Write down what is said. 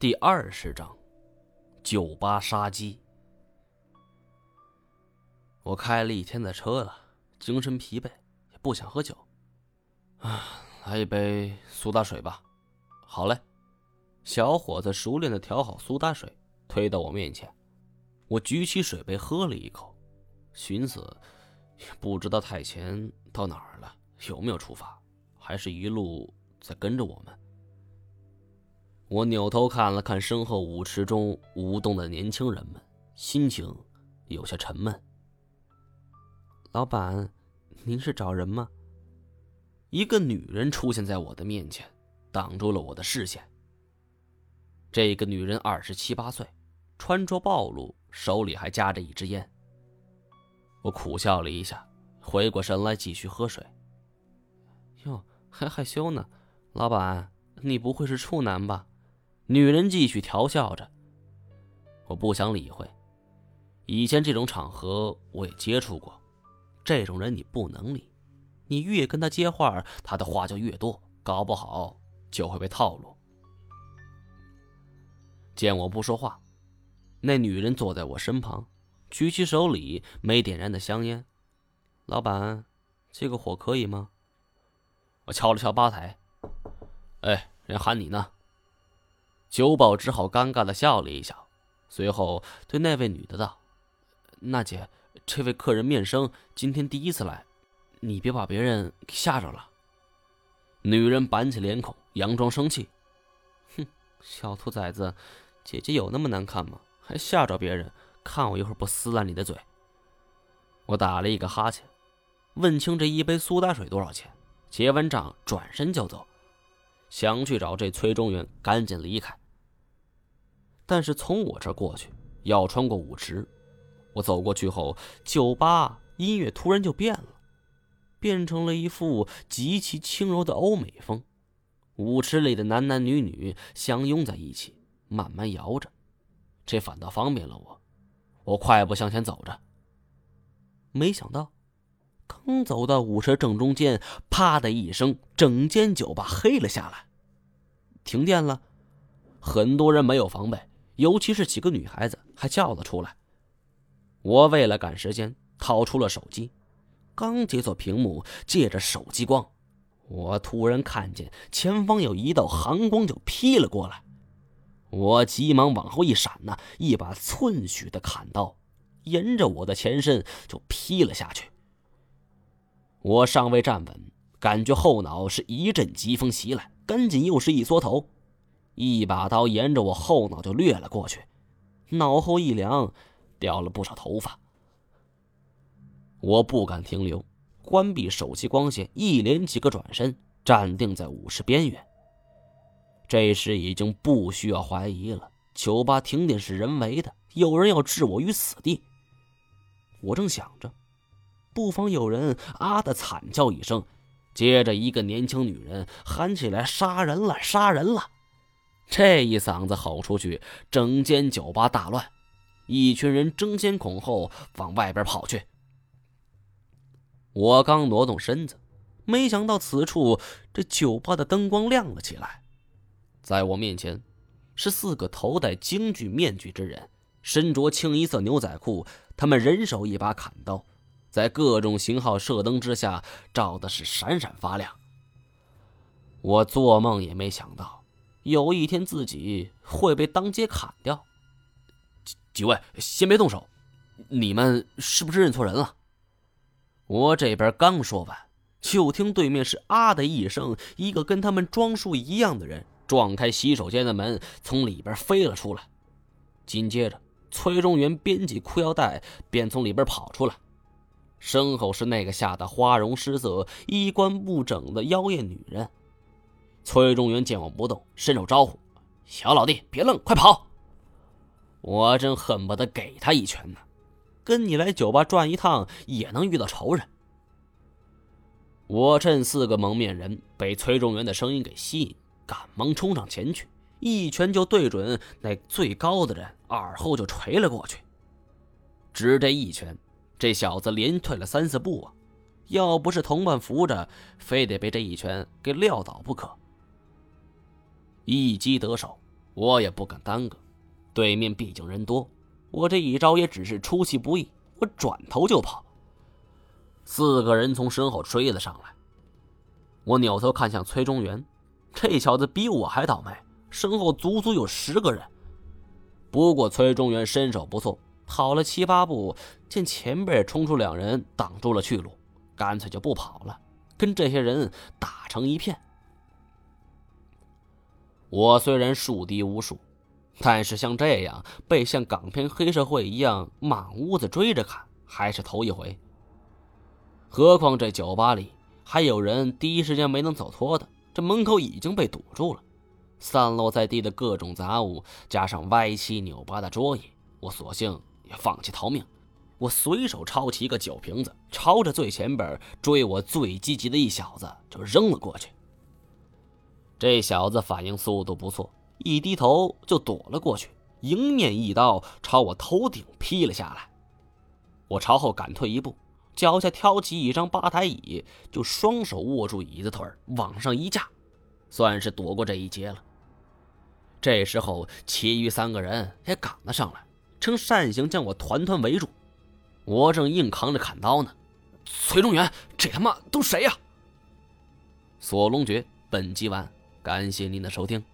第20章，酒吧杀机。我开了一天的车了，精神疲惫，也不想喝酒。来一杯苏打水吧。好嘞。小伙子熟练地调好苏打水，推到我面前。我举起水杯喝了一口，寻思不知道太前到哪儿了，有没有出发，还是一路在跟着我们。我扭头看了看身后舞池中舞动的年轻人们，心情有些沉闷。老板，您是找人吗？一个女人出现在我的面前，挡住了我的视线。这个女人27、28岁，穿着暴露，手里还夹着一支烟。我苦笑了一下，回过神来继续喝水。哟，还害羞呢，老板，你不会是处男吧？女人继续调笑着。我不想理会，以前这种场合我也接触过，这种人你不能理，你越跟他接话，他的话就越多，搞不好就会被套路。见我不说话，那女人坐在我身旁，举起手里没点燃的香烟。老板，这个火可以吗？我敲了敲吧台。人喊你呢。酒保只好尴尬地笑了一笑，随后对那位女的道：娜姐，这位客人面生，今天第一次来，你别把别人给吓着了。女人板起脸孔，佯装生气。哼，小兔崽子，姐姐有那么难看吗？还吓着别人，看我一会儿不撕烂你的嘴。我打了一个哈欠，问清这一杯苏打水多少钱，结完账转身就走，想去找这崔中原赶紧离开。但是从我这儿过去要穿过舞池，我走过去后，酒吧音乐突然就变了，变成了一副极其轻柔的欧美风。舞池里的男男女女相拥在一起，慢慢摇着，这反倒方便了我快步向前走着。没想到刚走到舞池正中间，啪的一声，整间酒吧黑了下来。停电了，很多人没有防备，尤其是几个女孩子还叫了出来。我为了赶时间掏出了手机，刚解锁屏幕，借着手机光，我突然看见前方有一道寒光就劈了过来。我急忙往后一闪呢，一把寸许的砍刀沿着我的前身就劈了下去。我尚未站稳，感觉后脑是一阵疾风袭来，赶紧又是一缩头，一把刀沿着我后脑就掠了过去，脑后一凉，掉了不少头发。我不敢停留，关闭手机光线，一连几个转身，站定在舞池边缘。这时已经不需要怀疑了，酒吧停电是人为的，有人要置我于死地。我正想着，不妨有人啊的惨叫一声，接着一个年轻女人喊起来：杀人了，杀人了！这一嗓子吼出去，整间酒吧大乱，一群人争先恐后往外边跑去。我刚挪动身子，没想到此处这酒吧的灯光亮了起来。在我面前是4个头戴京剧面具之人，身着清一色牛仔裤，他们人手一把砍刀，在各种型号射灯之下照的是闪闪发亮。我做梦也没想到有一天自己会被当街砍掉。几位先别动手，你们是不是认错人了？我这边刚说完，就听对面是啊的一声，一个跟他们装束一样的人撞开洗手间的门，从里边飞了出来。紧接着崔中原编辑裤腰带便从里边跑出来，身后是那个吓得花容失色、衣冠不整的妖艳女人。崔中原见我不动，伸手招呼：小老弟别愣，快跑！我真恨不得给他一拳呢，跟你来酒吧转一趟也能遇到仇人。我趁4个蒙面人被崔中原的声音给吸引，赶忙冲上前去，一拳就对准那最高的人耳后就捶了过去。只这一拳，这小子连退了3、4步啊！要不是同伴扶着，非得被这一拳给撂倒不可。一击得手， 我也不敢耽搁，对面毕竟人多，我这一招也只是出其不意，我转头就跑。4个人从身后追了上来，我扭头看向崔中原，这小子比我还倒霉，身后足足有10个人。不过崔中原身手不错，跑了7、8步，见前边冲出2人挡住了去路，干脆就不跑了，跟这些人打成一片。我虽然树敌无数，但是像这样被像港片黑社会一样满屋子追着看，还是头一回。何况这酒吧里还有人第一时间没能走脱的，这门口已经被堵住了。散落在地的各种杂物，加上歪七扭八的桌椅，我索性也放弃逃命。我随手抄起一个酒瓶子，朝着最前边追我最积极的一小子就扔了过去。这小子反应速度不错，一低头就躲了过去，迎面一刀朝我头顶劈了下来。我朝后赶退一步，脚下挑起一张吧台椅，就双手握住椅子腿往上一架，算是躲过这一劫了。这时候其余3个人也赶了上来，呈扇形将我团团围住。我正硬扛着砍刀呢。崔中原，这他妈都谁呀？锁龙诀本集完，感谢您的收听。